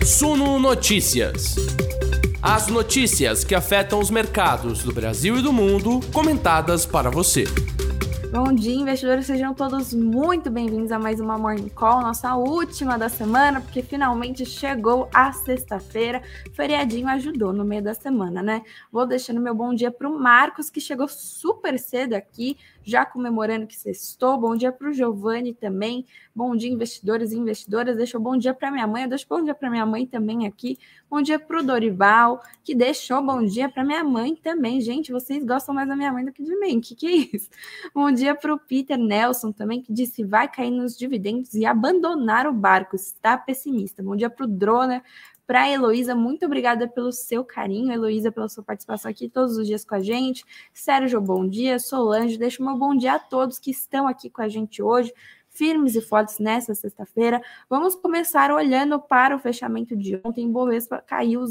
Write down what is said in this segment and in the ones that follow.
Suno Notícias. As notícias que afetam os mercados do Brasil e do mundo, comentadas para você. Bom dia, investidores, sejam todos muito bem-vindos a mais uma Morning Call, nossa última da semana, porque finalmente chegou a sexta-feira, feriadinho ajudou no meio da semana, né? Vou deixando meu bom dia para o Marcos, que chegou super cedo aqui, já comemorando que sextou. Bom dia para o Giovanni também, bom dia, investidores e investidoras. Deixou bom dia para minha mãe, eu deixo bom dia para minha mãe também aqui. Bom dia para o Dorival, que deixou bom dia para minha mãe também. Gente, vocês gostam mais da minha mãe do que de mim, que é isso? Bom dia para o Peter Nelson também, que disse vai cair nos dividendos e abandonar o barco, está pessimista. Bom dia para o Drona, para a Heloísa, muito obrigada pelo seu carinho, Heloísa, pela sua participação aqui todos os dias com a gente. Sérgio, bom dia. Solange, deixa o meu bom dia a todos que estão aqui com a gente hoje, firmes e fortes nessa sexta-feira. Vamos começar olhando para o fechamento de ontem. Bovespa caiu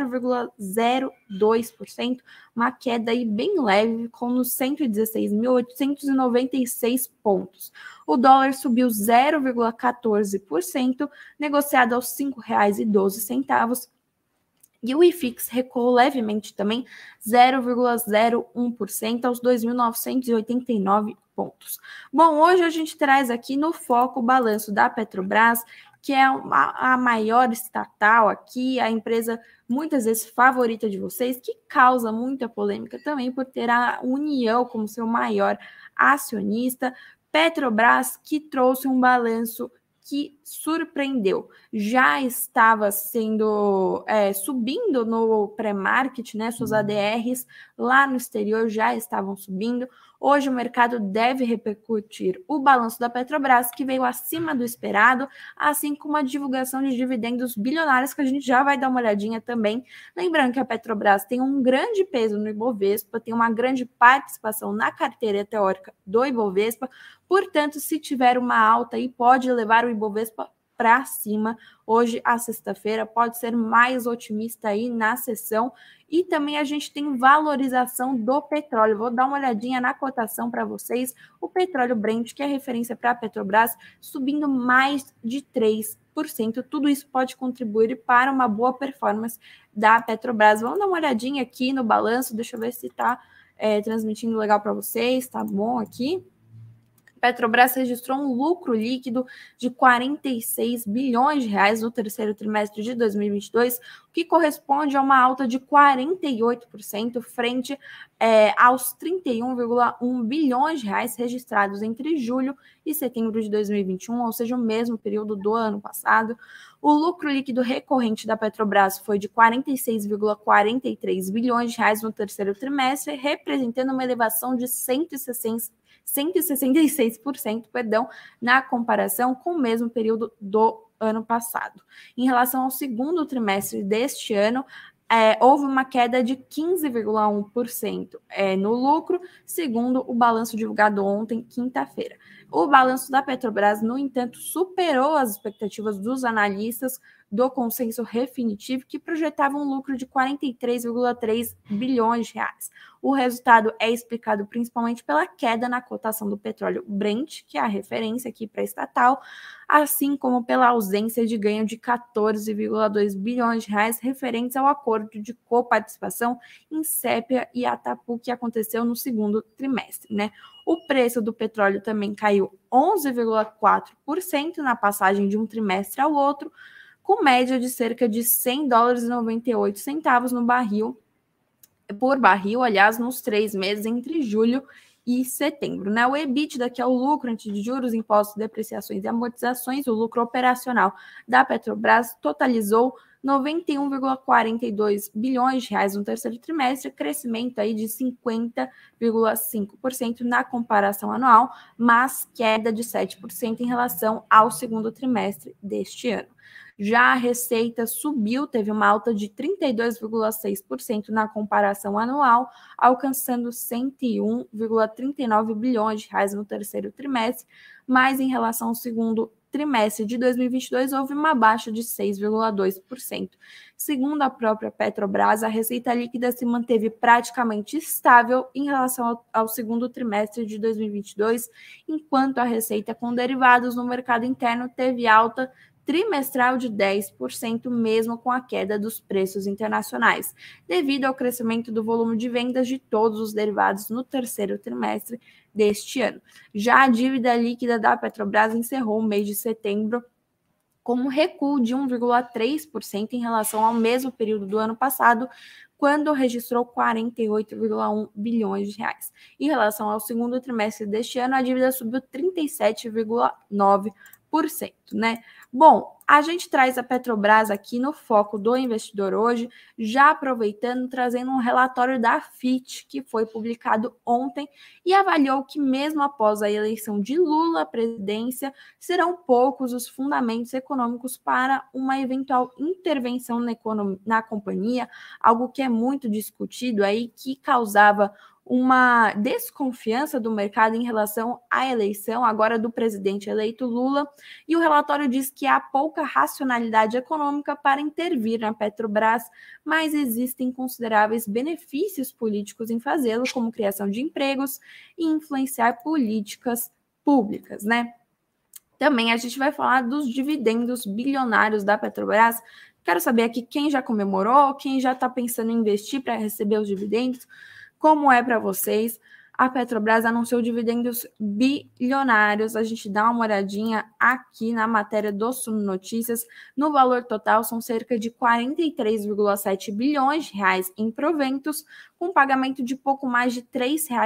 0,02%, uma queda aí bem leve, com nos 116.896 pontos. O dólar subiu 0,14%, negociado aos R$ 5,12. E o IFIX recuou levemente também, 0,01% aos 2.989 pontos. Bom, hoje a gente traz aqui no foco o balanço da Petrobras, que é a maior estatal aqui, a empresa muitas vezes favorita de vocês, que causa muita polêmica também por ter a União como seu maior acionista. Petrobras, que trouxe um balanço que surpreendeu, já estava sendo subindo no pré-market, né? Suas ADRs lá no exterior já estavam subindo. Hoje o mercado deve repercutir o balanço da Petrobras, que veio acima do esperado, assim como a divulgação de dividendos bilionários, que a gente já vai dar uma olhadinha também. Lembrando que a Petrobras tem um grande peso no Ibovespa, tem uma grande participação na carteira teórica do Ibovespa, portanto, se tiver uma alta aí, pode levar o Ibovespa para cima. Hoje, a sexta-feira, pode ser mais otimista aí na sessão. E também a gente tem valorização do petróleo. Vou dar uma olhadinha na cotação para vocês. O petróleo Brent, que é referência para a Petrobras, subindo mais de 3%. Tudo isso pode contribuir para uma boa performance da Petrobras. Vamos dar uma olhadinha aqui no balanço. Deixa eu ver se está transmitindo legal para vocês. Tá bom aqui? Petrobras registrou um lucro líquido de 46 bilhões de reais no terceiro trimestre de 2022, o que corresponde a uma alta de 48% frente aos 31,1 bilhões de reais registrados entre julho e setembro de 2021, ou seja, o mesmo período do ano passado. O lucro líquido recorrente da Petrobras foi de 46,43 bilhões de reais no terceiro trimestre, representando uma elevação de 166%, na comparação com o mesmo período do ano passado. Em relação ao segundo trimestre deste ano, houve uma queda de 15,1% no lucro, segundo o balanço divulgado ontem, quinta-feira. O balanço da Petrobras, no entanto, superou as expectativas dos analistas do consenso Refinitiv, que projetava um lucro de 43,3 bilhões de reais. O resultado é explicado principalmente pela queda na cotação do petróleo Brent, que é a referência aqui para a estatal, assim como pela ausência de ganho de 14,2 bilhões de reais referentes ao acordo de coparticipação em Sépia e Atapu, que aconteceu no segundo trimestre, né? O preço do petróleo também caiu 11,4% na passagem de um trimestre ao outro, com média de cerca de $100,98 no barril, por barril, aliás, nos 3 meses entre julho e setembro, né? O EBITDA, que é o lucro antes de juros, impostos, depreciações e amortizações, o lucro operacional da Petrobras, totalizou 91,42 bilhões de reais no terceiro trimestre, crescimento aí de 50,5% na comparação anual, mas queda de 7% em relação ao segundo trimestre deste ano. Já a receita subiu, teve uma alta de 32,6% na comparação anual, alcançando 101,39 bilhões de reais no terceiro trimestre, mas em relação ao segundo trimestre de 2022 houve uma baixa de 6,2%. Segundo a própria Petrobras, a receita líquida se manteve praticamente estável em relação ao segundo trimestre de 2022, enquanto a receita com derivados no mercado interno teve alta trimestral de 10%, mesmo com a queda dos preços internacionais, devido ao crescimento do volume de vendas de todos os derivados no terceiro trimestre deste ano. Já a dívida líquida da Petrobras encerrou o mês de setembro com um recuo de 1,3% em relação ao mesmo período do ano passado, quando registrou 48,1 bilhões de reais. Em relação ao segundo trimestre deste ano, a dívida subiu 37,9%, né? Bom, a gente traz a Petrobras aqui no foco do investidor hoje, já aproveitando, trazendo um relatório da Fitch, que foi publicado ontem, e avaliou que mesmo após a eleição de Lula à presidência, serão poucos os fundamentos econômicos para uma eventual intervenção na companhia, algo que é muito discutido aí, que causava uma desconfiança do mercado em relação à eleição agora do presidente eleito Lula, e o relatório diz que há pouca racionalidade econômica para intervir na Petrobras, mas existem consideráveis benefícios políticos em fazê-lo, como criação de empregos e influenciar políticas públicas, né? Também a gente vai falar dos dividendos bilionários da Petrobras. Quero saber aqui quem já comemorou, quem já está pensando em investir para receber os dividendos. Como é para vocês? A Petrobras anunciou dividendos bilionários. A gente dá uma olhadinha aqui na matéria do Suno Notícias. No valor total, são cerca de 43,7 bilhões de reais em proventos, com pagamento de pouco mais de R$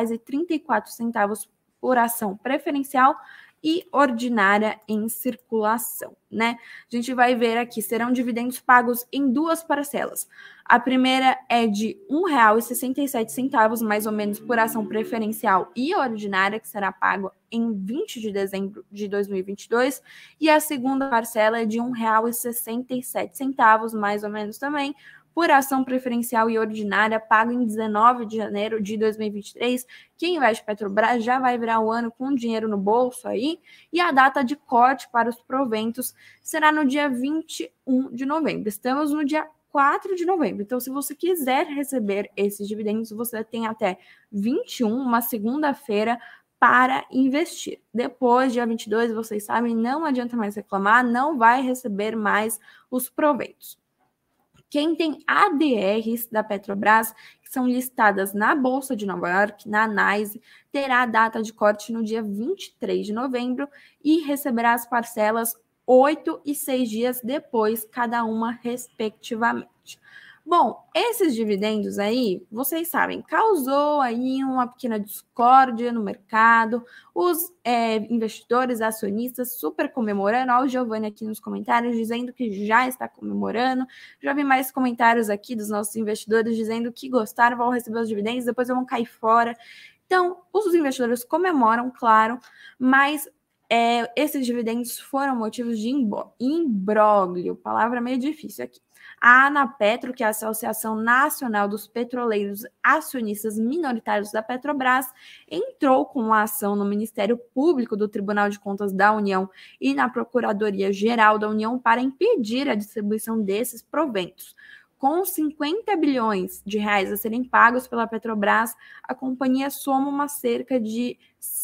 3,34 por ação preferencial e ordinária em circulação, né? A gente vai ver aqui, serão dividendos pagos em duas parcelas. A primeira é de R$ 1,67, mais ou menos, por ação preferencial e ordinária, que será pago em 20 de dezembro de 2022. E a segunda parcela é de R$ 1,67, mais ou menos também, por ação preferencial e ordinária, pago em 19 de janeiro de 2023. Quem investe em Petrobras já vai virar o ano com dinheiro no bolso aí, e a data de corte para os proventos será no dia 21 de novembro. Estamos no dia 4 de novembro, então se você quiser receber esses dividendos, você tem até 21, uma segunda-feira, para investir. Depois, dia 22, vocês sabem, não adianta mais reclamar, não vai receber mais os proventos. Quem tem ADRs da Petrobras, que são listadas na Bolsa de Nova York, na NYSE, terá a data de corte no dia 23 de novembro e receberá as parcelas 8 e 6 dias depois, cada uma respectivamente. Bom, esses dividendos aí, vocês sabem, causou aí uma pequena discórdia no mercado, os investidores, acionistas super comemorando, olha o Giovanni aqui nos comentários dizendo que já está comemorando, já vi mais comentários aqui dos nossos investidores dizendo que gostaram, vão receber os dividendos, depois vão cair fora. Então, os investidores comemoram, claro, mas esses dividendos foram motivos de imbróglio, palavra meio difícil aqui. A Anapetro, que é a Associação Nacional dos Petroleiros Acionistas Minoritários da Petrobras, entrou com uma ação no Ministério Público do Tribunal de Contas da União e na Procuradoria-Geral da União para impedir a distribuição desses proventos. Com 50 bilhões de reais a serem pagos pela Petrobras, a companhia soma uma cerca de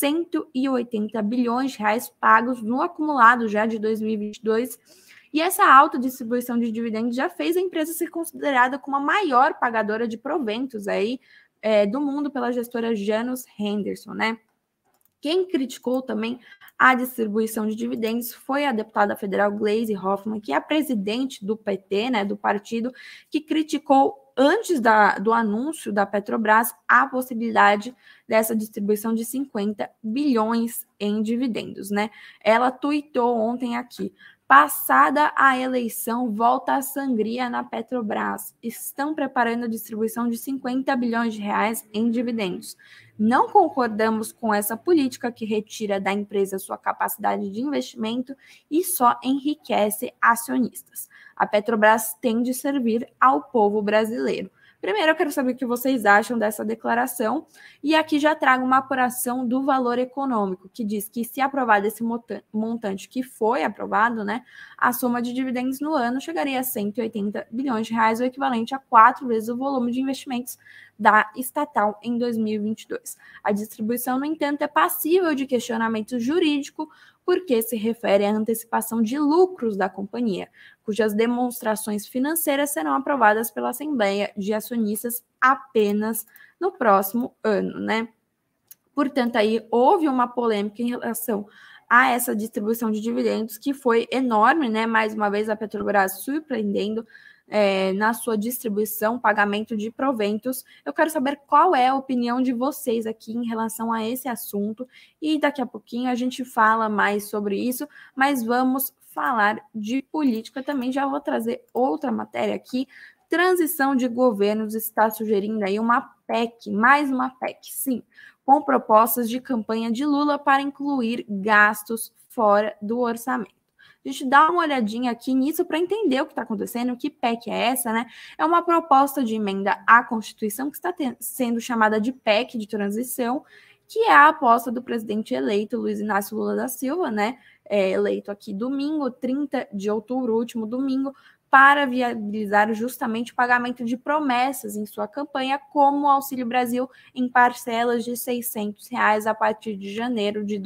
180 bilhões de reais pagos no acumulado já de 2022. E essa alta distribuição de dividendos já fez a empresa ser considerada como a maior pagadora de proventos aí, do mundo pela gestora Janus Henderson, né? Quem criticou também a distribuição de dividendos foi a deputada federal Gleisi Hoffmann, que é a presidente do PT, né, do partido, que criticou antes do anúncio da Petrobras a possibilidade dessa distribuição de 50 bilhões em dividendos, né? Ela tuitou ontem aqui: passada a eleição, volta a sangria na Petrobras. Estão preparando a distribuição de 50 bilhões de reais em dividendos. Não concordamos com essa política que retira da empresa sua capacidade de investimento e só enriquece acionistas. A Petrobras tem de servir ao povo brasileiro. Primeiro, eu quero saber o que vocês acham dessa declaração, e aqui já trago uma apuração do valor econômico, que diz que, se aprovado esse montante que foi aprovado, né, a soma de dividendos no ano chegaria a 180 bilhões de reais, o equivalente a 4 vezes o volume de investimentos da estatal em 2022. A distribuição, no entanto, é passível de questionamento jurídico porque se refere à antecipação de lucros da companhia, cujas demonstrações financeiras serão aprovadas pela Assembleia de Acionistas apenas no próximo ano, né? Portanto, aí houve uma polêmica em relação a essa distribuição de dividendos, que foi enorme, né? Mais uma vez, a Petrobras surpreendendo na sua distribuição, pagamento de proventos. Eu quero saber qual é a opinião de vocês aqui em relação a esse assunto, e daqui a pouquinho a gente fala mais sobre isso, mas vamos falar de política também. Já vou trazer outra matéria aqui. Transição de governos está sugerindo aí uma PEC, mais uma PEC, sim, com propostas de campanha de Lula para incluir gastos fora do orçamento. A gente dá uma olhadinha aqui nisso para entender o que está acontecendo, que PEC é essa, né? É uma proposta de emenda à Constituição que está sendo chamada de PEC de transição, que é a aposta do presidente eleito Luiz Inácio Lula da Silva, né? Eleito aqui domingo, 30 de outubro, último domingo, para viabilizar justamente o pagamento de promessas em sua campanha, como o Auxílio Brasil em parcelas de R$ 600 a partir de janeiro de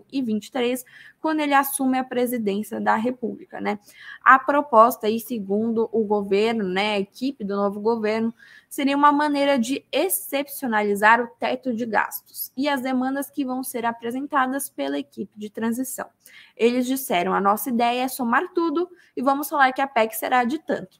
2023, quando ele assume a presidência da República, né? A proposta, aí, segundo o governo, né, a equipe do novo governo, seria uma maneira de excepcionalizar o teto de gastos e as demandas que vão ser apresentadas pela equipe de transição. Eles disseram: a nossa ideia é somar tudo e vamos falar que a PEC será de tanto.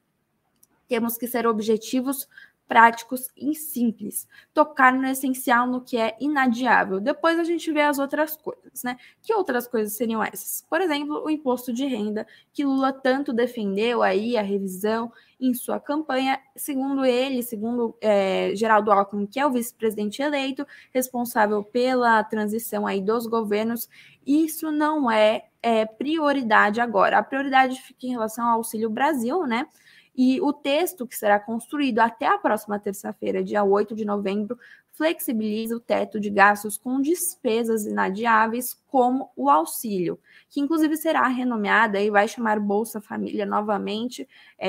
Temos que ser objetivos, práticos e simples. Tocar no essencial, no que é inadiável. Depois a gente vê as outras coisas, né? Que outras coisas seriam essas? Por exemplo, o imposto de renda, que Lula tanto defendeu aí, a revisão em sua campanha. Segundo ele, segundo Geraldo Alckmin, que é o vice-presidente eleito, responsável pela transição aí dos governos, isso não é prioridade agora. A prioridade fica em relação ao Auxílio Brasil, né? E o texto que será construído até a próxima terça-feira, dia 8 de novembro, flexibiliza o teto de gastos com despesas inadiáveis, como o auxílio, que inclusive será renomeada e vai chamar Bolsa Família novamente.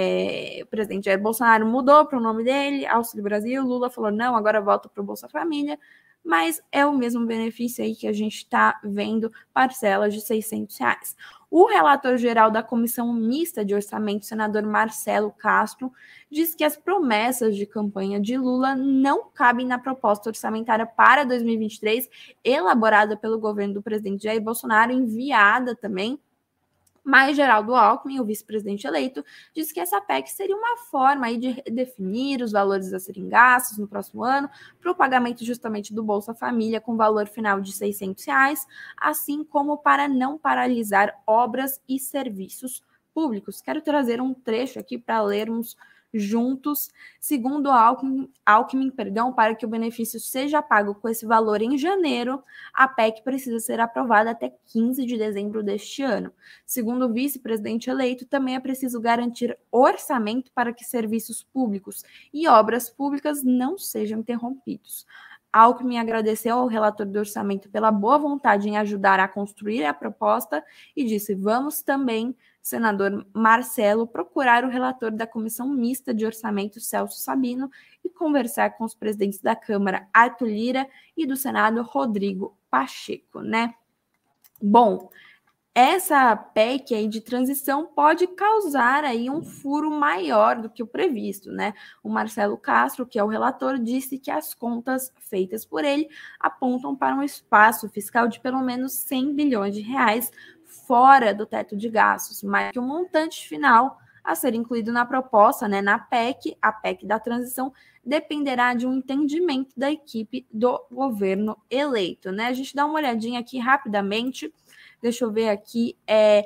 O presidente Jair Bolsonaro mudou para o nome dele, Auxílio Brasil. Lula falou: não, agora volta para o Bolsa Família. Mas é o mesmo benefício aí que a gente está vendo, parcelas de R$ 600. O relator geral da Comissão Mista de Orçamento, senador Marcelo Castro, diz que as promessas de campanha de Lula não cabem na proposta orçamentária para 2023, elaborada pelo governo do presidente Jair Bolsonaro, enviada também. Mas Geraldo Alckmin, o vice-presidente eleito, disse que essa PEC seria uma forma aí de definir os valores a serem gastos no próximo ano para o pagamento justamente do Bolsa Família com valor final de R$ 600, assim como para não paralisar obras e serviços públicos. Quero trazer um trecho aqui para lermos juntos. Segundo Alckmin, para que o benefício seja pago com esse valor em janeiro, a PEC precisa ser aprovada até 15 de dezembro deste ano. Segundo o vice-presidente eleito, também é preciso garantir orçamento para que serviços públicos e obras públicas não sejam interrompidos. Alckmin agradeceu ao relator do orçamento pela boa vontade em ajudar a construir a proposta e disse: vamos também, senador Marcelo, procurar o relator da Comissão Mista de Orçamento, Celso Sabino, e conversar com os presidentes da Câmara, Arthur Lira, e do Senado, Rodrigo Pacheco, né? Bom, essa PEC aí de transição pode causar aí um furo maior do que o previsto, né? O Marcelo Castro, que é o relator, disse que as contas feitas por ele apontam para um espaço fiscal de pelo menos 100 bilhões de reais fora do teto de gastos, mas que o montante final a ser incluído na proposta, né, na PEC, a PEC da transição, dependerá de um entendimento da equipe do governo eleito, né? A gente dá uma olhadinha aqui rapidamente. Deixa eu ver aqui.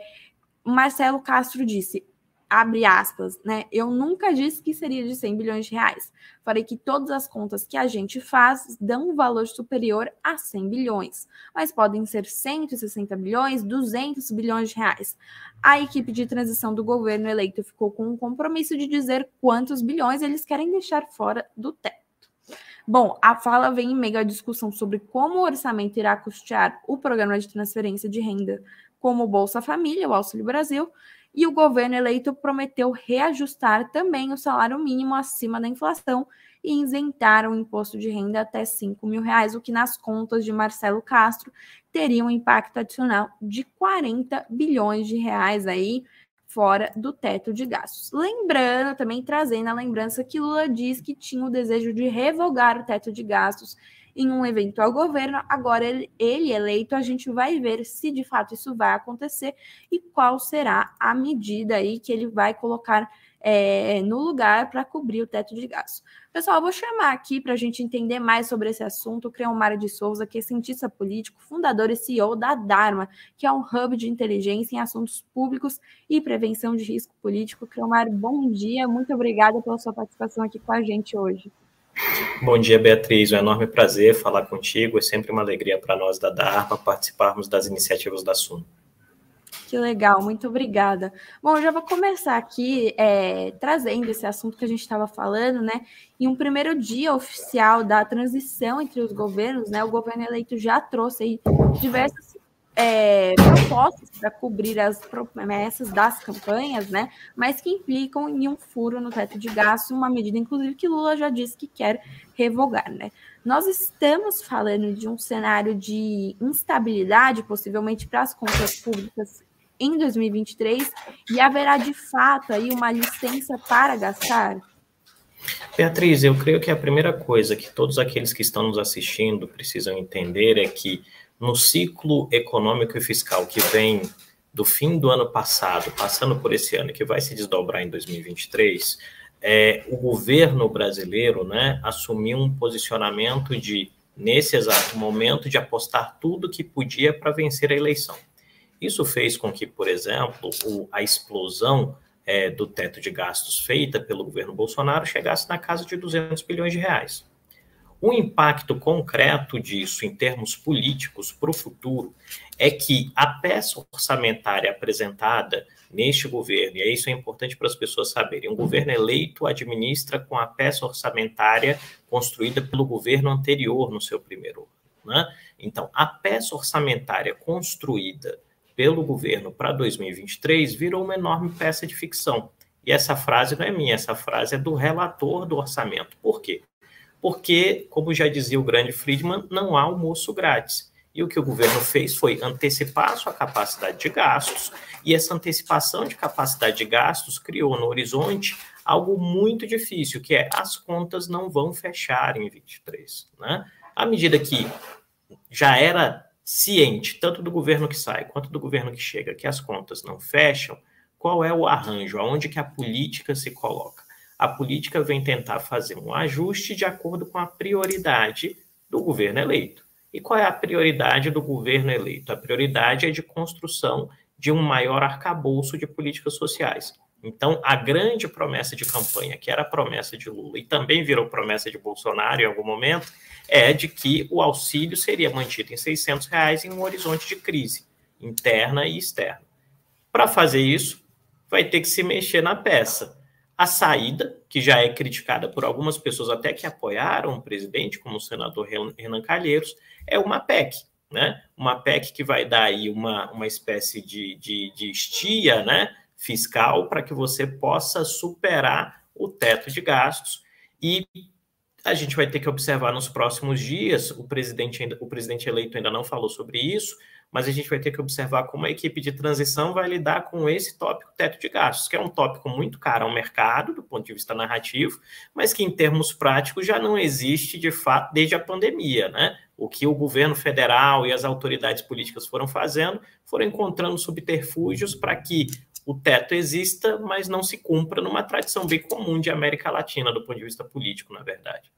O Marcelo Castro disse, abre aspas, né? Eu nunca disse que seria de 100 bilhões de reais. Falei que todas as contas que a gente faz dão um valor superior a 100 bilhões, mas podem ser 160 bilhões, 200 bilhões de reais. A equipe de transição do governo eleito ficou com um compromisso de dizer quantos bilhões eles querem deixar fora do teto. Bom, a fala vem em meio à discussão sobre como o orçamento irá custear o programa de transferência de renda como o Bolsa Família, o Auxílio Brasil, E o governo eleito prometeu reajustar também o salário mínimo acima da inflação e isentar o imposto de renda até R$ 5.000, o que nas contas de Marcelo Castro teria um impacto adicional de 40 bilhões de reais aí, fora do teto de gastos. Lembrando, também trazendo a lembrança que Lula diz que tinha o desejo de revogar o teto de gastos em um eventual governo. Agora, ele eleito, a gente vai ver se de fato isso vai acontecer e qual será a medida aí que ele vai colocar no lugar para cobrir o teto de gastos. Pessoal, eu vou chamar aqui para a gente entender mais sobre esse assunto o Creomar de Souza, que é cientista político, fundador e CEO da Dharma, que é um hub de inteligência em assuntos públicos e prevenção de risco político. Creomar, bom dia, muito obrigada pela sua participação aqui com a gente hoje. Bom dia, Beatriz, é um enorme prazer falar contigo, é sempre uma alegria para nós da Dharma participarmos das iniciativas da Suno. Que legal, muito obrigada. Bom, eu já vou começar aqui trazendo esse assunto que a gente estava falando, né? Em um primeiro dia oficial da transição entre os governos, né? O governo eleito já trouxe aí diversas propostas para cobrir as promessas das campanhas, né? Mas que implicam em um furo no teto de gastos, uma medida, inclusive, que Lula já disse que quer revogar, né? Nós estamos falando de um cenário de instabilidade, possivelmente, para as contas públicas em 2023, e haverá de fato aí uma licença para gastar? Beatriz, eu creio que a primeira coisa que todos aqueles que estão nos assistindo precisam entender é que no ciclo econômico e fiscal que vem do fim do ano passado, passando por esse ano, que vai se desdobrar em 2023, o governo brasileiro, né, assumiu um posicionamento de, nesse exato momento, de apostar tudo que podia para vencer a eleição. Isso fez com que, por exemplo, a explosão do teto de gastos feita pelo governo Bolsonaro chegasse na casa de 200 bilhões de reais. O impacto concreto disso, em termos políticos, para o futuro, é que a peça orçamentária apresentada neste governo, e isso é importante para as pessoas saberem, um governo eleito administra com a peça orçamentária construída pelo governo anterior no seu primeiro ano, né? Então, a peça orçamentária construída pelo governo para 2023 virou uma enorme peça de ficção. E essa frase não é minha, essa frase é do relator do orçamento. Por quê? Porque, como já dizia o grande Friedman, não há almoço grátis. E o que o governo fez foi antecipar a sua capacidade de gastos, e essa antecipação de capacidade de gastos criou no horizonte algo muito difícil, que é as contas não vão fechar em 23, né? À medida que já era ciente, tanto do governo que sai quanto do governo que chega, que as contas não fecham, qual é o arranjo? Aonde que a política se coloca? A política vem tentar fazer um ajuste de acordo com a prioridade do governo eleito. E qual é a prioridade do governo eleito? A prioridade é de construção de um maior arcabouço de políticas sociais. Então, a grande promessa de campanha, que era a promessa de Lula e também virou promessa de Bolsonaro em algum momento, é de que o auxílio seria mantido em R$600 em um horizonte de crise interna e externa. Para fazer isso, vai ter que se mexer na peça. A saída, que já é criticada por algumas pessoas até que apoiaram o presidente, como o senador Renan Calheiros, é uma PEC, né? Uma PEC que vai dar aí uma espécie de estia, né, fiscal para que você possa superar o teto de gastos. E a gente vai ter que observar nos próximos dias, o presidente eleito ainda não falou sobre isso, mas a gente vai ter que observar como a equipe de transição vai lidar com esse tópico teto de gastos, que é um tópico muito caro ao mercado, do ponto de vista narrativo, mas que em termos práticos já não existe de fato desde a pandemia, né? O que o governo federal e as autoridades políticas foram fazendo, foram encontrando subterfúgios para que o teto exista, mas não se cumpra numa tradição bem comum de América Latina, do ponto de vista político, na verdade.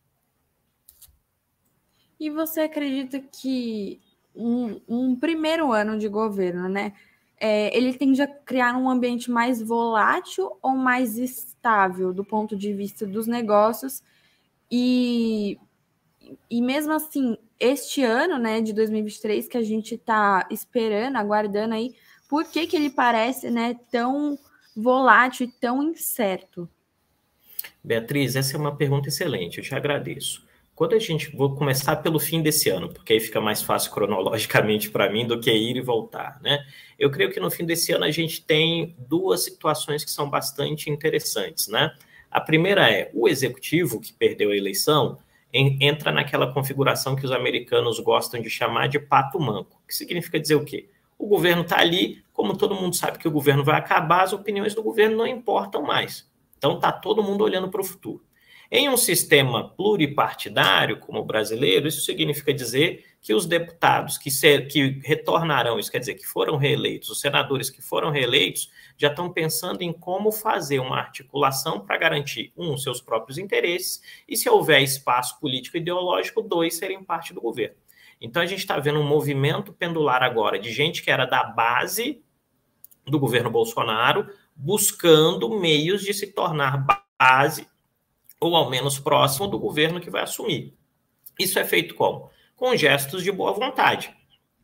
E você acredita que um primeiro ano de governo, né, ele tende a criar um ambiente mais volátil ou mais estável do ponto de vista dos negócios? E mesmo assim, este ano, né, de 2023, que a gente está esperando, aguardando aí, por que ele parece, né, tão volátil e tão incerto? Beatriz, essa é uma pergunta excelente, eu te agradeço. quando a gente... Vou começar pelo fim desse ano, porque aí fica mais fácil cronologicamente para mim do que ir e voltar, né? Eu creio que no fim desse ano a gente tem duas situações que são bastante interessantes, né? A primeira é o executivo, que perdeu a eleição, entra naquela configuração que os americanos gostam de chamar de pato manco, que significa dizer o quê? O governo está ali, como todo mundo sabe que o governo vai acabar, as opiniões do governo não importam mais. Então está todo mundo olhando para o futuro. Em um sistema pluripartidário, como o brasileiro, isso significa dizer que os deputados que retornarão, isso quer dizer que foram reeleitos, os senadores que foram reeleitos, já estão pensando em como fazer uma articulação para garantir, seus próprios interesses, e se houver espaço político e ideológico, serem parte do governo. Então, a gente está vendo um movimento pendular agora de gente que era da base do governo Bolsonaro, buscando meios de se tornar base ou ao menos próximo do governo que vai assumir. Isso é feito como? Com gestos de boa vontade.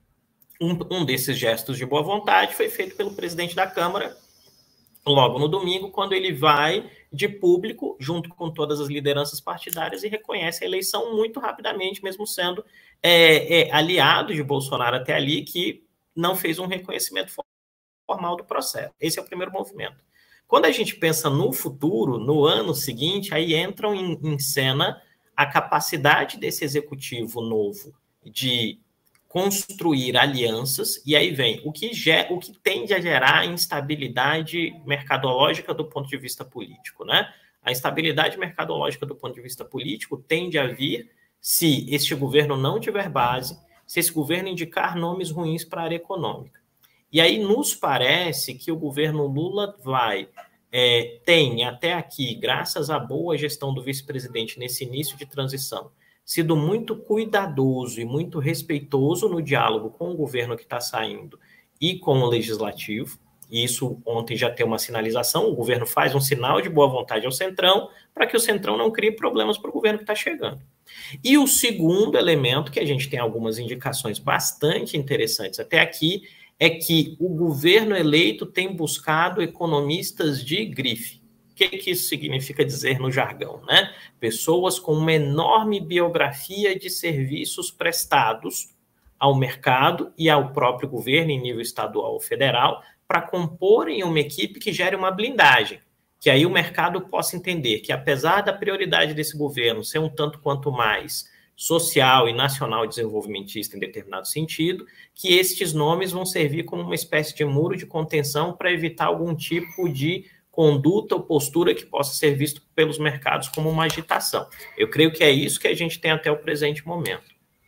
Um desses gestos de boa vontade foi feito pelo presidente da Câmara, logo no domingo, quando ele vai de público, junto com todas as lideranças partidárias, e reconhece a eleição muito rapidamente, mesmo sendo aliado de Bolsonaro até ali, que não fez um reconhecimento formal do processo. Esse é o primeiro movimento. Quando a gente pensa no futuro, no ano seguinte, aí entram em cena a capacidade desse executivo novo de construir alianças, e aí vem o que tende a gerar instabilidade mercadológica do ponto de vista político, né? A instabilidade mercadológica do ponto de vista político tende a vir se este governo não tiver base, se esse governo indicar nomes ruins para a área econômica. E aí nos parece que o governo Lula tem até aqui, graças à boa gestão do vice-presidente nesse início de transição, sido muito cuidadoso e muito respeitoso no diálogo com o governo que está saindo e com o legislativo. E isso ontem já tem uma sinalização, o governo faz um sinal de boa vontade ao Centrão para que o Centrão não crie problemas para o governo que está chegando. E o segundo elemento, que a gente tem algumas indicações bastante interessantes até aqui, é que o governo eleito tem buscado economistas de grife. O que isso significa dizer no jargão, né? Pessoas com uma enorme biografia de serviços prestados ao mercado e ao próprio governo em nível estadual ou federal para comporem uma equipe que gere uma blindagem, que aí o mercado possa entender que, apesar da prioridade desse governo ser um tanto quanto mais social e nacional desenvolvimentista em determinado sentido, que estes nomes vão servir como uma espécie de muro de contenção para evitar algum tipo de conduta ou postura que possa ser visto pelos mercados como uma agitação. Eu creio que é isso que a gente tem até o presente momento.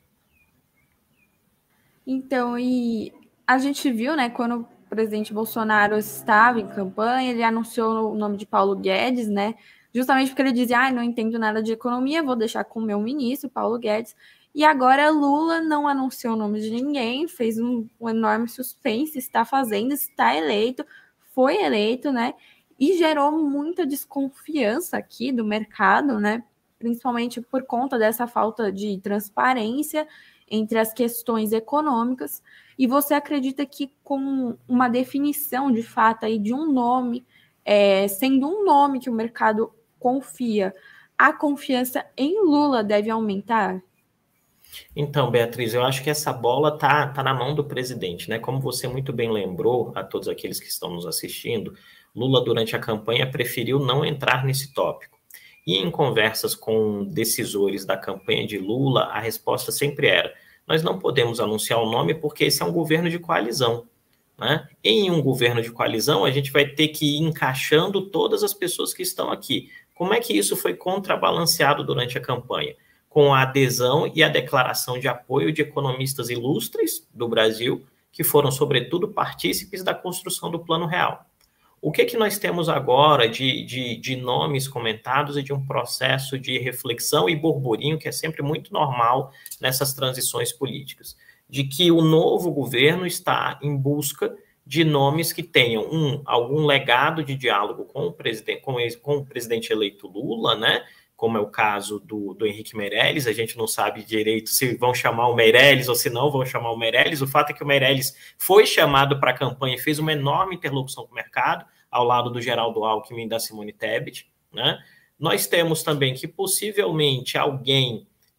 Então, e a gente viu, né, quando o presidente Bolsonaro estava em campanha, ele anunciou o nome de Paulo Guedes, né, justamente porque ele dizia, não entendo nada de economia, vou deixar com o meu ministro, Paulo Guedes. E agora Lula não anunciou o nome de ninguém, fez um enorme suspense, está eleito, foi eleito, né? E gerou muita desconfiança aqui do mercado, né? Principalmente por conta dessa falta de transparência entre as questões econômicas. E você acredita que com uma definição de fato aí de um nome, sendo um nome que o mercado confia, a confiança em Lula deve aumentar? Então, Beatriz, eu acho que essa bola tá na mão do presidente, né? Como você muito bem lembrou a todos aqueles que estão nos assistindo, Lula, durante a campanha, preferiu não entrar nesse tópico. E em conversas com decisores da campanha de Lula, a resposta sempre era: nós não podemos anunciar o nome porque esse é um governo de coalizão, né? Em um governo de coalizão, a gente vai ter que ir encaixando todas as pessoas que estão aqui. Como é que isso foi contrabalanceado durante a campanha? Com a adesão e a declaração de apoio de economistas ilustres do Brasil, que foram, sobretudo, partícipes da construção do Plano Real. O que nós temos agora de nomes comentados e de um processo de reflexão e burburinho que é sempre muito normal nessas transições políticas? De que o novo governo está em busca de nomes que tenham algum legado de diálogo com o presidente eleito Lula, né? Como é o caso do Henrique Meirelles. A gente não sabe direito se vão chamar o Meirelles ou se não vão chamar o Meirelles. O fato é que o Meirelles foi chamado para a campanha e fez uma enorme interlocução com o mercado, ao lado do Geraldo Alckmin e da Simone Tebet, né? Nós temos também que possivelmente alguém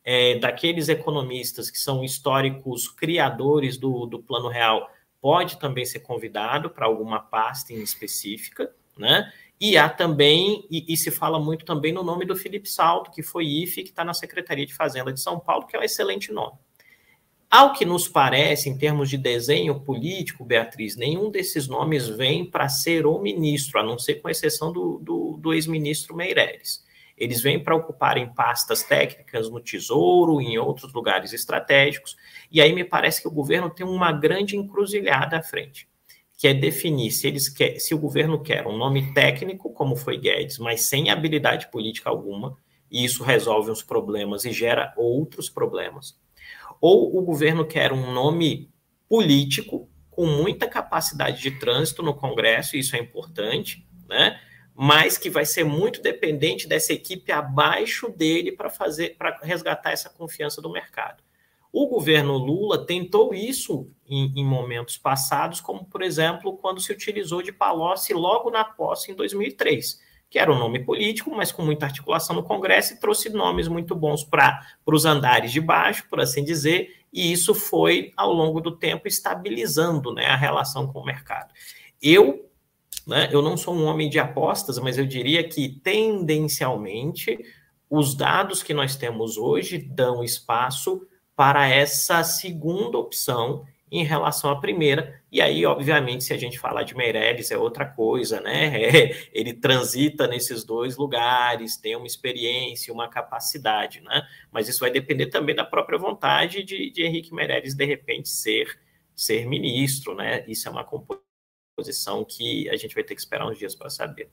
daqueles economistas que são históricos criadores do Plano Real pode também ser convidado para alguma pasta em específica, né? E há também, e se fala muito também no nome do Felipe Salto, que foi IFE, que está na Secretaria de Fazenda de São Paulo, que é um excelente nome. Ao que nos parece, em termos de desenho político, Beatriz, nenhum desses nomes vem para ser o ministro, a não ser com exceção do ex-ministro Meirelles. Eles vêm para ocuparem pastas técnicas no Tesouro, em outros lugares estratégicos, e aí me parece que o governo tem uma grande encruzilhada à frente, que é definir se o governo quer um nome técnico, como foi Guedes, mas sem habilidade política alguma, e isso resolve uns problemas e gera outros problemas, ou o governo quer um nome político, com muita capacidade de trânsito no Congresso, e isso é importante, né? Mas que vai ser muito dependente dessa equipe abaixo dele para resgatar essa confiança do mercado. O governo Lula tentou isso em momentos passados, como, por exemplo, quando se utilizou de Palocci logo na posse em 2003, que era um nome político, mas com muita articulação no Congresso, e trouxe nomes muito bons para os andares de baixo, por assim dizer, e isso foi, ao longo do tempo, estabilizando, né, a relação com o mercado. Eu não sou um homem de apostas, mas eu diria que, tendencialmente, os dados que nós temos hoje dão espaço para essa segunda opção em relação à primeira, e aí, obviamente, se a gente falar de Meirelles, é outra coisa, né? Ele transita nesses dois lugares, tem uma experiência, uma capacidade, né? Mas isso vai depender também da própria vontade de Henrique Meirelles, de repente, ser ministro, né? Isso é uma composição que a gente vai ter que esperar uns dias para saber.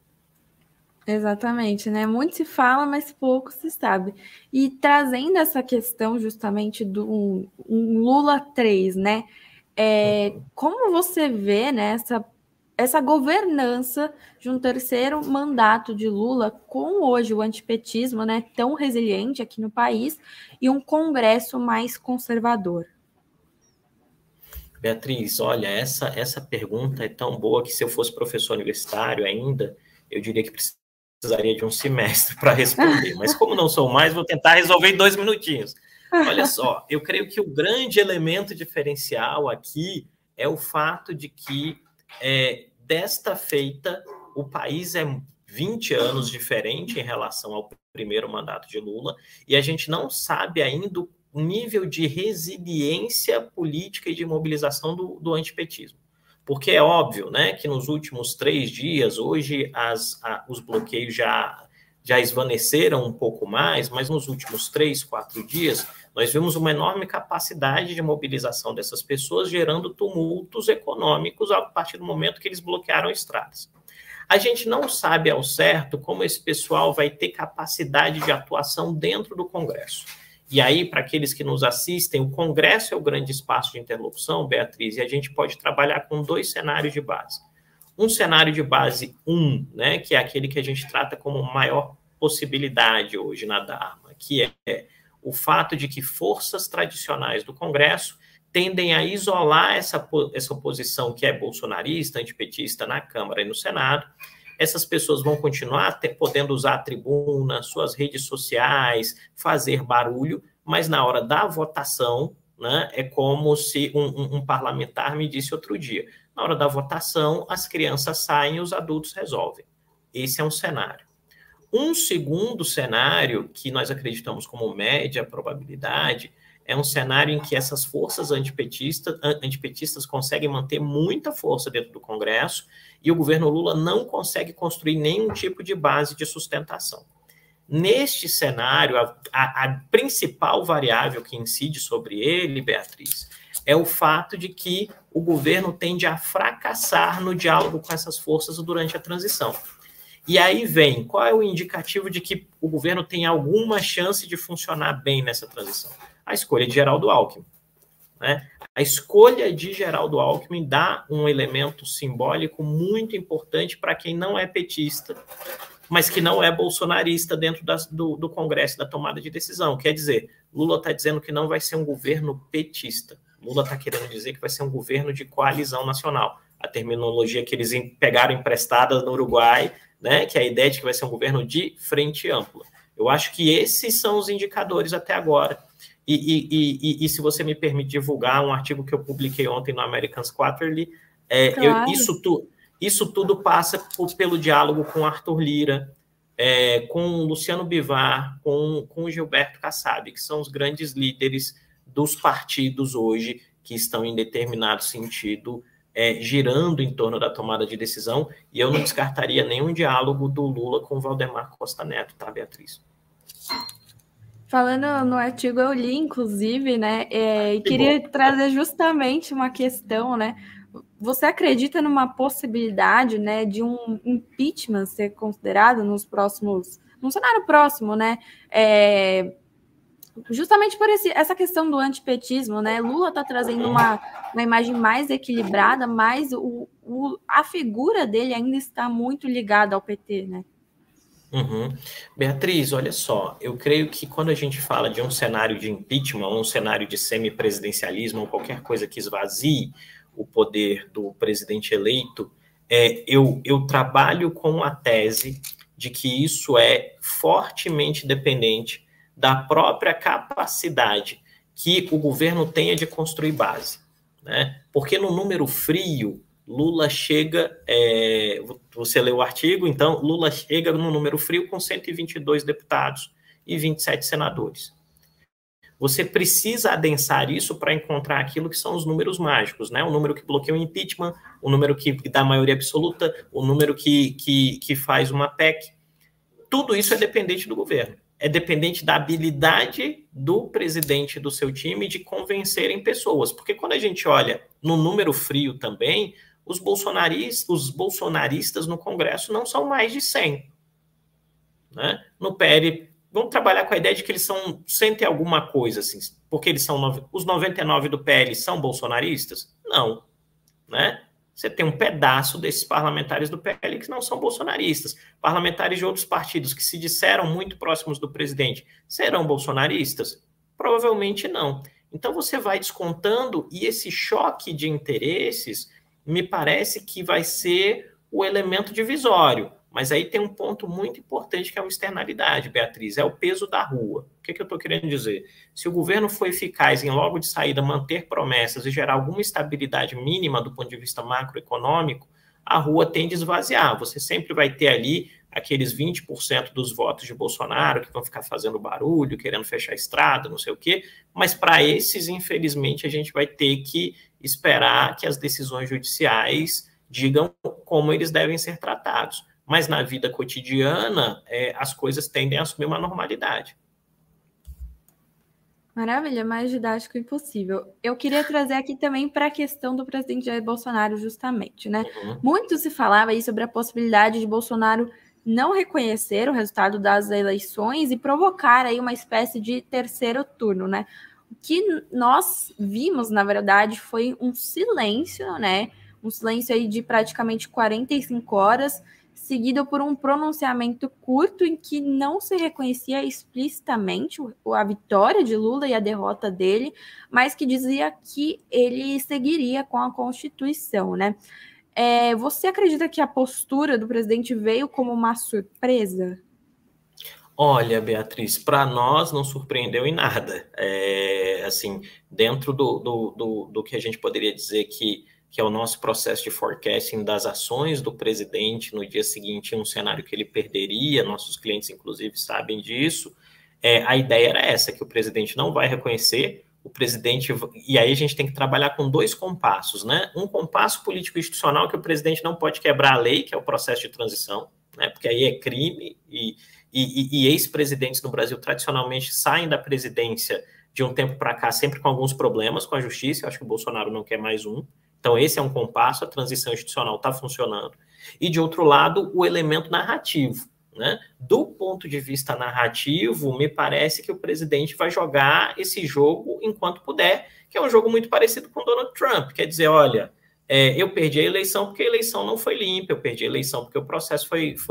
Exatamente, né? Muito se fala, mas pouco se sabe. E trazendo essa questão justamente do um Lula 3, né? Como você vê, né, essa governança de um terceiro mandato de Lula com hoje o antipetismo, né, tão resiliente aqui no país e um Congresso mais conservador? Beatriz, olha, essa pergunta é tão boa que se eu fosse professor universitário ainda, eu diria que precisaria de um semestre para responder. Mas como não sou mais, vou tentar resolver em 2 minutinhos. Olha só, eu creio que o grande elemento diferencial aqui é o fato de que, desta feita, o país é 20 anos diferente em relação ao primeiro mandato de Lula, e a gente não sabe ainda o nível de resiliência política e de mobilização do antipetismo. Porque é óbvio, né, que nos últimos 3 dias, hoje os bloqueios já esvaneceram um pouco mais, mas nos últimos 3, 4 dias, nós vimos uma enorme capacidade de mobilização dessas pessoas, gerando tumultos econômicos a partir do momento que eles bloquearam estradas. A gente não sabe ao certo como esse pessoal vai ter capacidade de atuação dentro do Congresso. E aí, para aqueles que nos assistem, o Congresso é o grande espaço de interlocução, Beatriz, e a gente pode trabalhar com 2 cenários de base. Um cenário de base 1, né, que é aquele que a gente trata como maior possibilidade hoje na Dharma, que é o fato de que forças tradicionais do Congresso tendem a isolar essa oposição que é bolsonarista, antipetista na Câmara e no Senado. Essas pessoas vão continuar podendo usar a tribuna, suas redes sociais, fazer barulho, mas na hora da votação, né, é como se um parlamentar me disse outro dia, na hora da votação, as crianças saem e os adultos resolvem. Esse é um cenário. Um segundo cenário, que nós acreditamos como média probabilidade, é um cenário em que essas forças antipetistas conseguem manter muita força dentro do Congresso e o governo Lula não consegue construir nenhum tipo de base de sustentação. Neste cenário, a principal variável que incide sobre ele, Beatriz, é o fato de que o governo tende a fracassar no diálogo com essas forças durante a transição. E aí vem, qual é o indicativo de que o governo tem alguma chance de funcionar bem nessa transição? A escolha de Geraldo Alckmin, né? A escolha de Geraldo Alckmin dá um elemento simbólico muito importante para quem não é petista, mas que não é bolsonarista dentro do Congresso, da tomada de decisão. Quer dizer, Lula está dizendo que não vai ser um governo petista. Lula está querendo dizer que vai ser um governo de coalizão nacional. A terminologia que eles pegaram emprestada no Uruguai, né, que é a ideia de que vai ser um governo de frente ampla. Eu acho que esses são os indicadores até agora. E se você me permite divulgar um artigo que eu publiquei ontem no Americans Quarterly, Claro. Isso tudo passa pelo diálogo com Arthur Lira, com Luciano Bivar, com Gilberto Kassab, que são os grandes líderes dos partidos hoje que estão em determinado sentido girando em torno da tomada de decisão, e eu não descartaria nenhum diálogo do Lula com Valdemar Costa Neto, tá, Beatriz? Falando no artigo, eu li, inclusive, né, e queria trazer justamente uma questão, né, você acredita numa possibilidade, né, de um impeachment ser considerado num cenário próximo, né, justamente por essa questão do antipetismo, né, Lula está trazendo uma imagem mais equilibrada, mas a figura dele ainda está muito ligada ao PT, né? Uhum. Beatriz, olha só, eu creio que quando a gente fala de um cenário de impeachment, ou um cenário de semipresidencialismo, ou qualquer coisa que esvazie o poder do presidente eleito, eu trabalho com a tese de que isso é fortemente dependente da própria capacidade que o governo tenha de construir base, né? Porque no número frio, Lula chega, você leu o artigo, então, Lula chega no número frio com 122 deputados e 27 senadores. Você precisa adensar isso para encontrar aquilo que são os números mágicos, né? O número que bloqueia o impeachment, o número que dá maioria absoluta, o número que faz uma PEC. Tudo isso é dependente do governo. É dependente da habilidade do presidente do seu time de convencerem pessoas. Porque quando a gente olha no número frio também, os bolsonaristas no Congresso não são mais de 100. Né? No PL, vamos trabalhar com a ideia de que eles são 100 e alguma coisa, assim, porque eles são os 99 do PL são bolsonaristas? Não. Né? Você tem um pedaço desses parlamentares do PL que não são bolsonaristas. Parlamentares de outros partidos que se disseram muito próximos do presidente serão bolsonaristas? Provavelmente não. Então você vai descontando e esse choque de interesses me parece que vai ser o elemento divisório. Mas aí tem um ponto muito importante que é uma externalidade, Beatriz, é o peso da rua. O que eu estou querendo dizer? Se o governo for eficaz em logo de saída manter promessas e gerar alguma estabilidade mínima do ponto de vista macroeconômico, a rua tende a esvaziar. Você sempre vai ter ali aqueles 20% dos votos de Bolsonaro que vão ficar fazendo barulho, querendo fechar a estrada, não sei o quê, mas para esses, infelizmente, a gente vai ter que esperar que as decisões judiciais digam como eles devem ser tratados. Mas na vida cotidiana, as coisas tendem a assumir uma normalidade. Maravilha, mais didático impossível. Eu queria trazer aqui também para a questão do presidente Jair Bolsonaro, justamente, né? Uhum. Muito se falava aí sobre a possibilidade de Bolsonaro não reconhecer o resultado das eleições e provocar aí uma espécie de terceiro turno, né? O que nós vimos, na verdade, foi um silêncio, né? Um silêncio aí de praticamente 45 horas, seguido por um pronunciamento curto em que não se reconhecia explicitamente a vitória de Lula e a derrota dele, mas que dizia que ele seguiria com a Constituição, né? Você acredita que a postura do presidente veio como uma surpresa? Olha, Beatriz, para nós não surpreendeu em nada. Assim, dentro do que a gente poderia dizer que é o nosso processo de forecasting das ações do presidente no dia seguinte, em um cenário que ele perderia, nossos clientes, inclusive, sabem disso. A ideia era essa, que o presidente não vai reconhecer, o presidente... E aí a gente tem que trabalhar com dois compassos, né? Um compasso político-institucional que o presidente não pode quebrar a lei, que é o processo de transição, né? Porque aí é crime e ex-presidentes no Brasil tradicionalmente saem da presidência de um tempo para cá sempre com alguns problemas com a justiça. Eu acho que o Bolsonaro não quer mais um. Então, esse é um compasso, a transição institucional está funcionando. E, de outro lado, o elemento narrativo. Né? Do ponto de vista narrativo, me parece que o presidente vai jogar esse jogo enquanto puder, que é um jogo muito parecido com Donald Trump. Quer dizer, olha, eu perdi a eleição porque a eleição não foi limpa, eu perdi a eleição porque o processo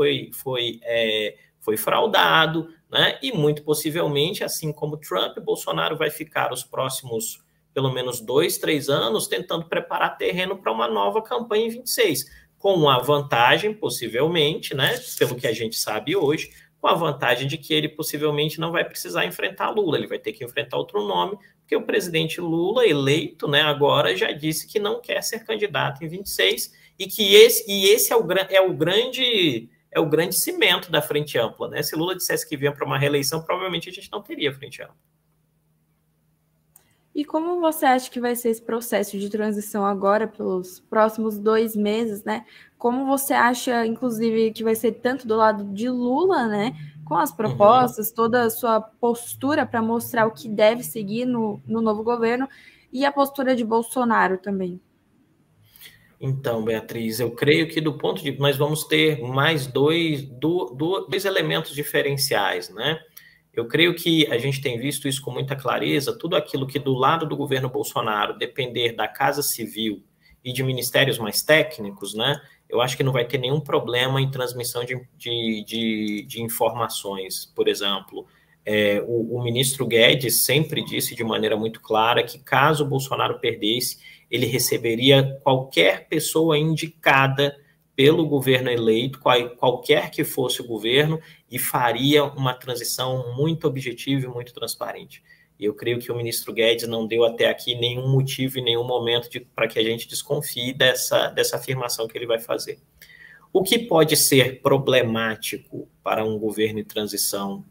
foi fraudado, né? E muito possivelmente, assim como Trump, Bolsonaro vai ficar os próximos pelo menos 2, 3 anos, tentando preparar terreno para uma nova campanha em 26, com a vantagem, possivelmente, né, pelo que a gente sabe hoje, com a vantagem de que ele possivelmente não vai precisar enfrentar Lula, ele vai ter que enfrentar outro nome, porque o presidente Lula, eleito, né, agora já disse que não quer ser candidato em 26, e que esse é o grande cimento da Frente Ampla, né? Se Lula dissesse que vinha para uma reeleição, provavelmente a gente não teria Frente Ampla. E como você acha que vai ser esse processo de transição agora, pelos próximos 2 meses, né? Como você acha, inclusive, que vai ser tanto do lado de Lula, né? Com as propostas, toda a sua postura para mostrar o que deve seguir no novo governo, e a postura de Bolsonaro também? Então, Beatriz, eu creio que do ponto de... nós vamos ter mais dois elementos diferenciais, né? Eu creio que a gente tem visto isso com muita clareza, tudo aquilo que do lado do governo Bolsonaro depender da Casa Civil e de ministérios mais técnicos, né? Eu acho que não vai ter nenhum problema em transmissão de informações. Por exemplo, o ministro Guedes sempre disse de maneira muito clara que caso o Bolsonaro perdesse, ele receberia qualquer pessoa indicada pelo governo eleito, qualquer que fosse o governo, e faria uma transição muito objetiva e muito transparente. E eu creio que o ministro Guedes não deu até aqui nenhum motivo e nenhum momento para que a gente desconfie dessa afirmação que ele vai fazer. O que pode ser problemático para um governo em transição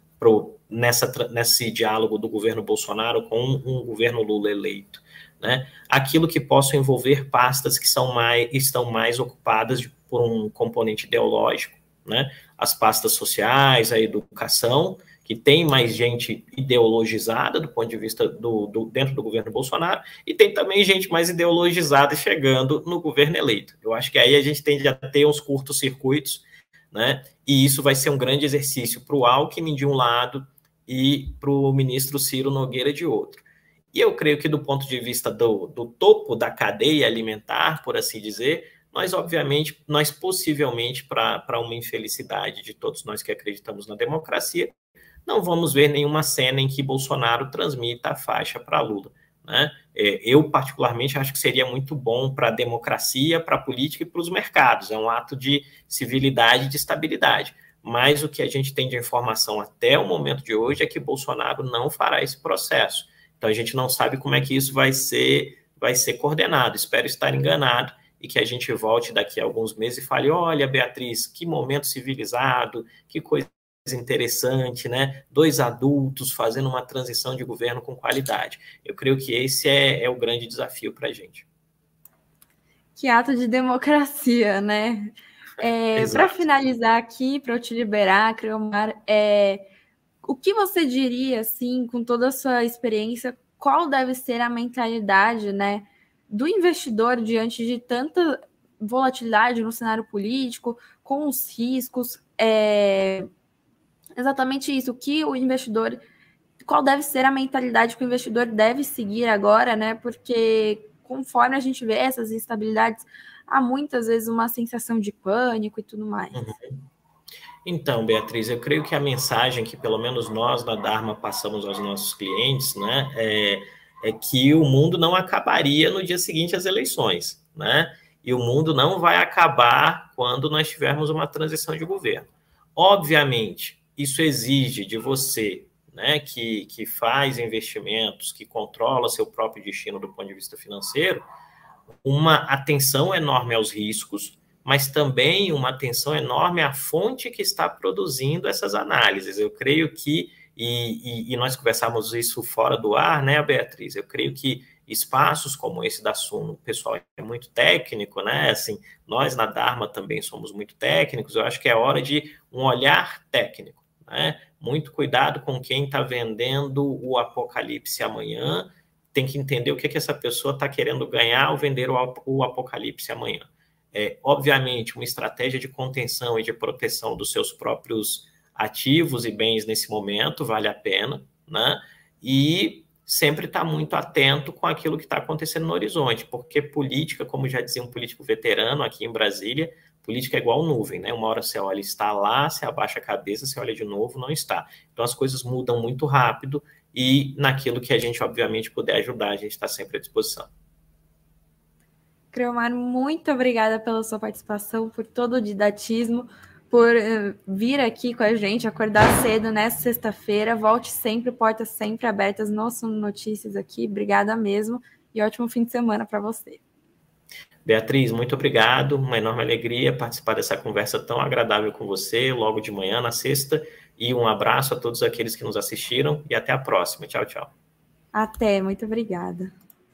nesse diálogo do governo Bolsonaro com um governo Lula eleito, né? Aquilo que possa envolver pastas que estão mais ocupadas por um componente ideológico, né? As pastas sociais, a educação, que tem mais gente ideologizada do ponto de vista dentro do governo Bolsonaro, e tem também gente mais ideologizada chegando no governo eleito. Eu acho que aí a gente tende a ter uns curtos-circuitos, né? E isso vai ser um grande exercício para o Alckmin de um lado e para o ministro Ciro Nogueira de outro. E eu creio que do ponto de vista do topo da cadeia alimentar, por assim dizer, nós possivelmente, para uma infelicidade de todos nós que acreditamos na democracia, não vamos ver nenhuma cena em que Bolsonaro transmita a faixa para Lula, né? Eu, particularmente, acho que seria muito bom para a democracia, para a política e para os mercados. É um ato de civilidade e de estabilidade. Mas o que a gente tem de informação até o momento de hoje é que Bolsonaro não fará esse processo. Então, a gente não sabe como é que isso vai ser coordenado. Espero estar enganado e que a gente volte daqui a alguns meses e fale, olha, Beatriz, que momento civilizado, que coisa interessante, né? 2 adultos fazendo uma transição de governo com qualidade. Eu creio que esse é o grande desafio para a gente. Que ato de democracia, né? Para finalizar aqui, para eu te liberar, Creomar, o que você diria, assim, com toda a sua experiência, qual deve ser a mentalidade, né, do investidor diante de tanta volatilidade no cenário político, com os riscos, exatamente isso, qual deve ser a mentalidade que o investidor deve seguir agora, né? Porque conforme a gente vê essas instabilidades, há muitas vezes uma sensação de pânico e tudo mais. Então, Beatriz, eu creio que a mensagem que pelo menos nós da Dharma passamos aos nossos clientes, né, é que o mundo não acabaria no dia seguinte às eleições, né? E o mundo não vai acabar quando nós tivermos uma transição de governo. Obviamente, isso exige de você, né, que faz investimentos, que controla seu próprio destino do ponto de vista financeiro, uma atenção enorme aos riscos, mas também uma atenção enorme à fonte que está produzindo essas análises. Eu creio que, e nós conversamos isso fora do ar, né, Beatriz? Eu creio que espaços como esse da Suno, o pessoal é muito técnico, né? Assim, nós na Dharma também somos muito técnicos. Eu acho que é hora de um olhar técnico, né? Muito cuidado com quem está vendendo o apocalipse amanhã. Tem que entender o que essa pessoa está querendo ganhar ao vender o apocalipse amanhã. Obviamente, uma estratégia de contenção e de proteção dos seus próprios ativos e bens nesse momento vale a pena, né? E sempre estar muito atento com aquilo que está acontecendo no horizonte, porque política, como já dizia um político veterano aqui em Brasília, política é igual nuvem, né? Uma hora você olha, está lá, você abaixa a cabeça, você olha de novo, não está. Então, as coisas mudam muito rápido e naquilo que a gente, obviamente, puder ajudar, a gente está sempre à disposição. Creomar, muito obrigada pela sua participação, por todo o didatismo, por vir aqui com a gente, acordar cedo nessa sexta-feira. Volte sempre, portas sempre abertas no Suno Notícias aqui. Obrigada mesmo e ótimo fim de semana para você. Beatriz, muito obrigado. Uma enorme alegria participar dessa conversa tão agradável com você logo de manhã, na sexta. E um abraço a todos aqueles que nos assistiram e até a próxima. Tchau, tchau. Até, muito obrigada.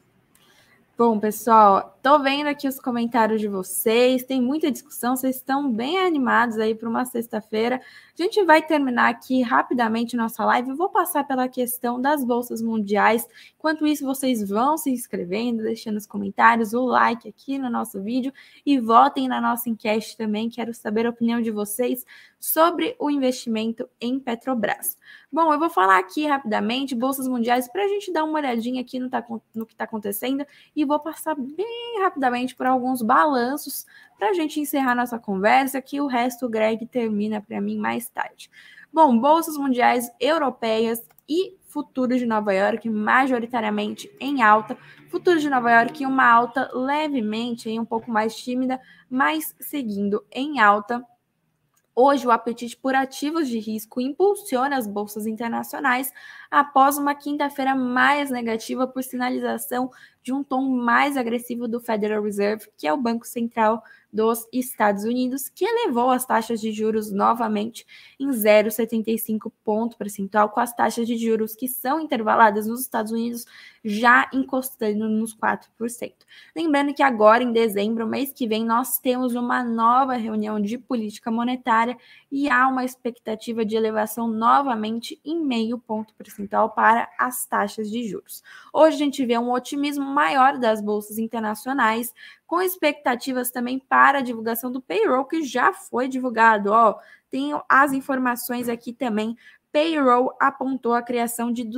Bom, pessoal, tô vendo aqui os comentários de vocês, tem muita discussão, vocês estão bem animados aí para uma sexta-feira. A gente vai terminar aqui rapidamente nossa live, eu vou passar pela questão das bolsas mundiais. Enquanto isso, vocês vão se inscrevendo, deixando os comentários, o like aqui no nosso vídeo e votem na nossa enquete também, quero saber a opinião de vocês sobre o investimento em Petrobras. Bom, eu vou falar aqui rapidamente, bolsas mundiais, para a gente dar uma olhadinha aqui no que está acontecendo e vou passar bem rapidamente por alguns balanços para a gente encerrar nossa conversa, que o resto o Greg termina para mim mais tarde. Bom, bolsas mundiais europeias e futuros de Nova York majoritariamente em alta, futuros de Nova York uma alta levemente, um pouco mais tímida, mas seguindo em alta. Hoje, o apetite por ativos de risco impulsiona as bolsas internacionais após uma quinta-feira mais negativa por sinalização de um tom mais agressivo do Federal Reserve, que é o Banco Central dos Estados Unidos, que elevou as taxas de juros novamente em 0,75 ponto percentual, com as taxas de juros que são intervaladas nos Estados Unidos já encostando nos 4%. Lembrando que agora, em dezembro, mês que vem, nós temos uma nova reunião de política monetária e há uma expectativa de elevação novamente em 0,5 ponto percentual para as taxas de juros. Hoje a gente vê um otimismo maior das bolsas internacionais, com expectativas também para a divulgação do payroll, que já foi divulgado. Tem as informações aqui também. Payroll apontou a criação de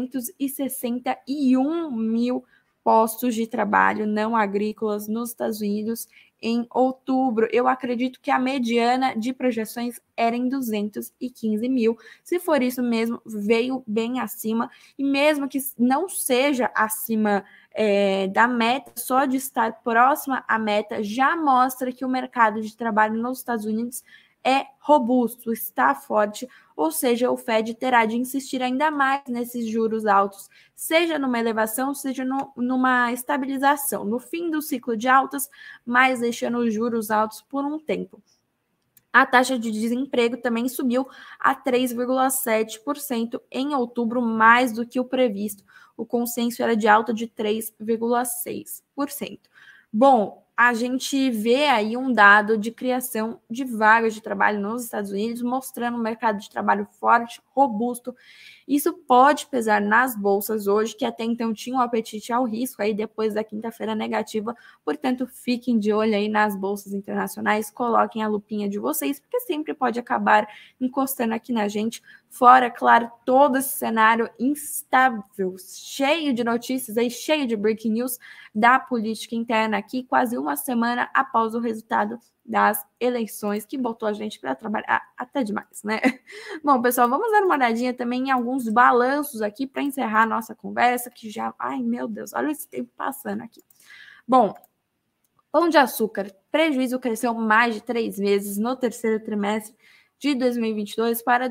261 mil postos de trabalho não agrícolas nos Estados Unidos em outubro. Eu acredito que a mediana de projeções era em 215 mil. Se for isso mesmo, veio bem acima. E mesmo que não seja acima da meta, só de estar próxima à meta, já mostra que o mercado de trabalho nos Estados Unidos é robusto, está forte, ou seja, o Fed terá de insistir ainda mais nesses juros altos, seja numa elevação, seja numa estabilização, no fim do ciclo de altas, mas deixando os juros altos por um tempo. A taxa de desemprego também subiu a 3,7% em outubro, mais do que o previsto. O consenso era de alta de 3,6%. Bom, a gente vê aí um dado de criação de vagas de trabalho nos Estados Unidos, mostrando um mercado de trabalho forte, robusto. Isso pode pesar nas bolsas hoje, que até então tinham um apetite ao risco, aí depois da quinta-feira negativa. Portanto, fiquem de olho aí nas bolsas internacionais, coloquem a lupinha de vocês, porque sempre pode acabar encostando aqui na gente. Fora, claro, todo esse cenário instável, cheio de notícias aí, cheio de breaking news da política interna aqui, quase uma semana após o resultado das eleições, que botou a gente para trabalhar até demais, né? Bom, pessoal, vamos dar uma olhadinha também em alguns balanços aqui para encerrar a nossa conversa, que já... Ai, meu Deus, olha esse tempo passando aqui. Bom, Pão de Açúcar, prejuízo cresceu mais de 3 vezes no terceiro trimestre de 2022 para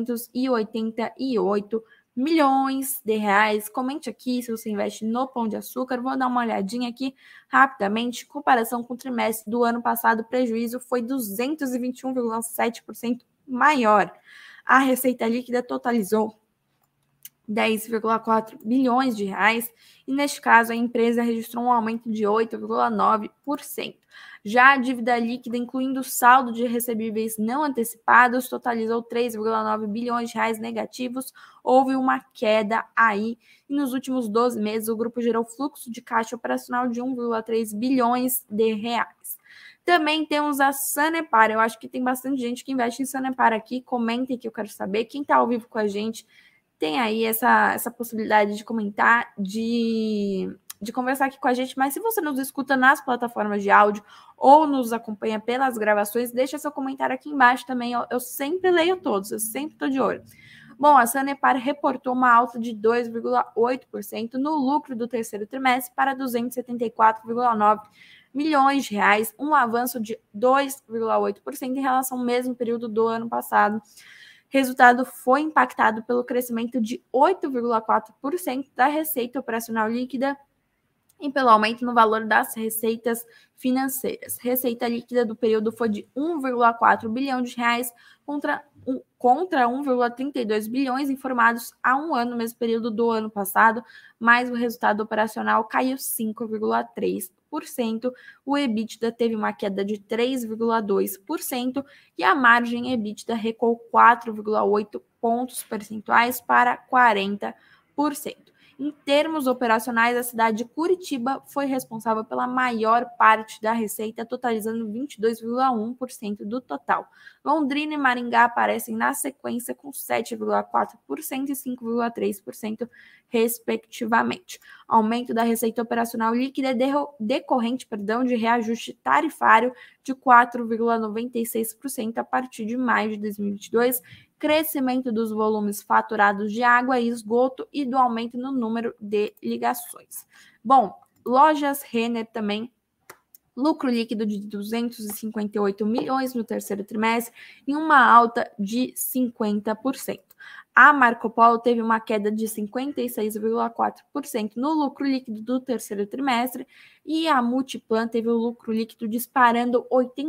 288 milhões de reais. Comente aqui se você investe no Pão de Açúcar. Vou dar uma olhadinha aqui rapidamente. Em comparação com o trimestre do ano passado, o prejuízo foi 221,7% maior. A receita líquida totalizou 10,4 bilhões de reais e, neste caso, a empresa registrou um aumento de 8,9%. Já a dívida líquida, incluindo o saldo de recebíveis não antecipados, totalizou 3,9 bilhões de reais negativos. Houve uma queda aí e nos últimos 12 meses o grupo gerou fluxo de caixa operacional de 1,3 bilhões de reais. Também temos a Sanepar. Eu acho que tem bastante gente que investe em Sanepar aqui. Comentem que eu quero saber. Quem está ao vivo com a gente tem aí essa possibilidade de comentar, de conversar aqui com a gente, mas se você nos escuta nas plataformas de áudio ou nos acompanha pelas gravações, deixa seu comentário aqui embaixo também, eu sempre leio todos, eu sempre estou de olho. Bom, a Sanepar reportou uma alta de 2,8% no lucro do terceiro trimestre para 274,9 milhões de reais, um avanço de 2,8% em relação ao mesmo período do ano passado. Resultado foi impactado pelo crescimento de 8,4% da receita operacional líquida e pelo aumento no valor das receitas financeiras. Receita líquida do período foi de 1,4 bilhão de reais contra 1,32 bilhões informados há um ano, no mesmo período do ano passado, mas o resultado operacional caiu 5,3%. O EBITDA teve uma queda de 3,2% e a margem EBITDA recuou 4,8 pontos percentuais para 40%. Em termos operacionais, a cidade de Curitiba foi responsável pela maior parte da receita, totalizando 22,1% do total. Londrina e Maringá aparecem na sequência com 7,4% e 5,3%, respectivamente. Aumento da receita operacional líquida decorrente de reajuste tarifário de 4,96% a partir de maio de 2022, crescimento dos volumes faturados de água e esgoto e do aumento no número de ligações. Bom, Lojas Renner também, lucro líquido de 258 milhões no terceiro trimestre e uma alta de 50%. A Marco Polo teve uma queda de 56,4% no lucro líquido do terceiro trimestre e a Multiplan teve o lucro líquido disparando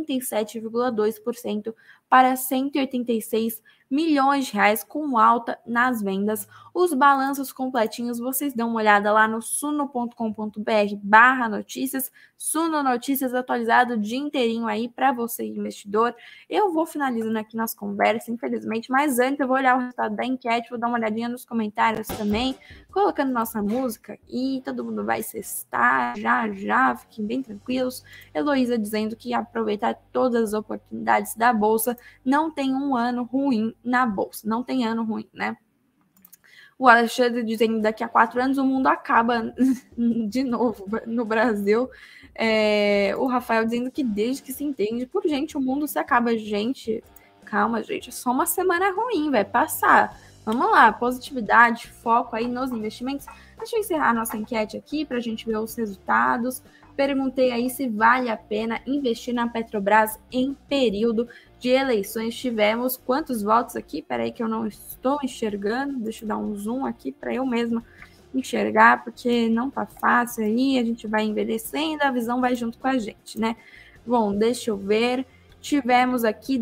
87,2% para 186 milhões de reais, com alta nas vendas. Os balanços completinhos vocês dão uma olhada lá no suno.com.br/notícias, Suno Notícias atualizado o dia inteirinho aí para você investidor. Eu vou finalizando aqui nossa conversa, infelizmente, mas antes eu vou olhar o resultado da enquete, vou dar uma olhadinha nos comentários também, colocando nossa música e todo mundo vai sextar já, fiquem bem tranquilos. Heloísa dizendo que aproveitar todas as oportunidades da Bolsa, não tem um ano ruim na Bolsa, não tem ano ruim, né? O Alexandre dizendo que daqui a 4 anos o mundo acaba de novo no Brasil. O Rafael dizendo que desde que se entende por gente, o mundo se acaba. Gente, calma, gente, é só uma semana ruim, vai passar. Vamos lá, positividade, foco aí nos investimentos. Deixa eu encerrar a nossa enquete aqui para a gente ver os resultados. Perguntei aí se vale a pena investir na Petrobras em período de eleições. Tivemos quantos votos aqui? Peraí que eu não estou enxergando. Deixa eu dar um zoom aqui para eu mesma enxergar, porque não tá fácil aí. A gente vai envelhecendo, a visão vai junto com a gente, né? Bom, deixa eu ver. Tivemos aqui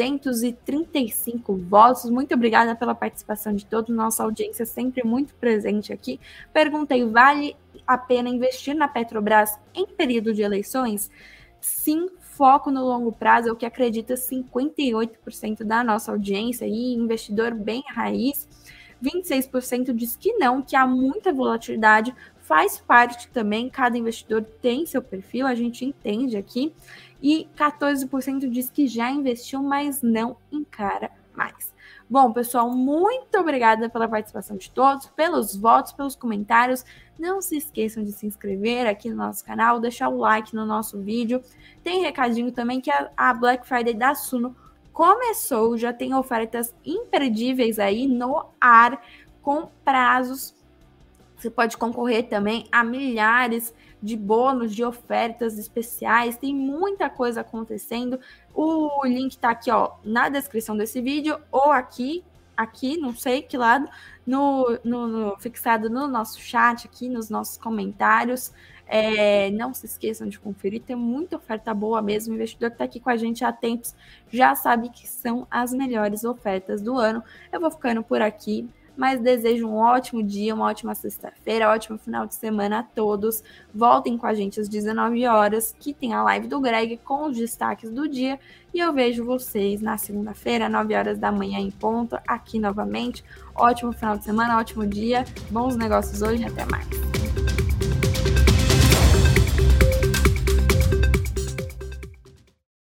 235 votos. Muito obrigada pela participação de todos. Nossa audiência sempre muito presente aqui. Perguntei, vale a pena investir na Petrobras em período de eleições? Sim, foco no longo prazo é o que acredita 58% da nossa audiência e investidor bem raiz. 26% diz que não, que há muita volatilidade, faz parte também, cada investidor tem seu perfil, a gente entende aqui. E 14% diz que já investiu, mas não encara mais. Bom, pessoal, muito obrigada pela participação de todos, pelos votos, pelos comentários. Não se esqueçam de se inscrever aqui no nosso canal, deixar o like no nosso vídeo. Tem recadinho também que a Black Friday da Suno começou, já tem ofertas imperdíveis aí no ar, com prazos. Você pode concorrer também a milhares de bônus, de ofertas especiais. Tem muita coisa acontecendo. O link está aqui, ó, na descrição desse vídeo ou aqui, não sei que lado, fixado no nosso chat, aqui nos nossos comentários. Não se esqueçam de conferir, tem muita oferta boa mesmo. O investidor que está aqui com a gente há tempos já sabe que são as melhores ofertas do ano. Eu vou ficando por aqui, mas desejo um ótimo dia, uma ótima sexta-feira, ótimo final de semana a todos. Voltem com a gente às 19 horas, que tem a live do Greg com os destaques do dia. E eu vejo vocês na segunda-feira, 9 horas da manhã em ponto, aqui novamente. Ótimo final de semana, ótimo dia, bons negócios hoje e até mais.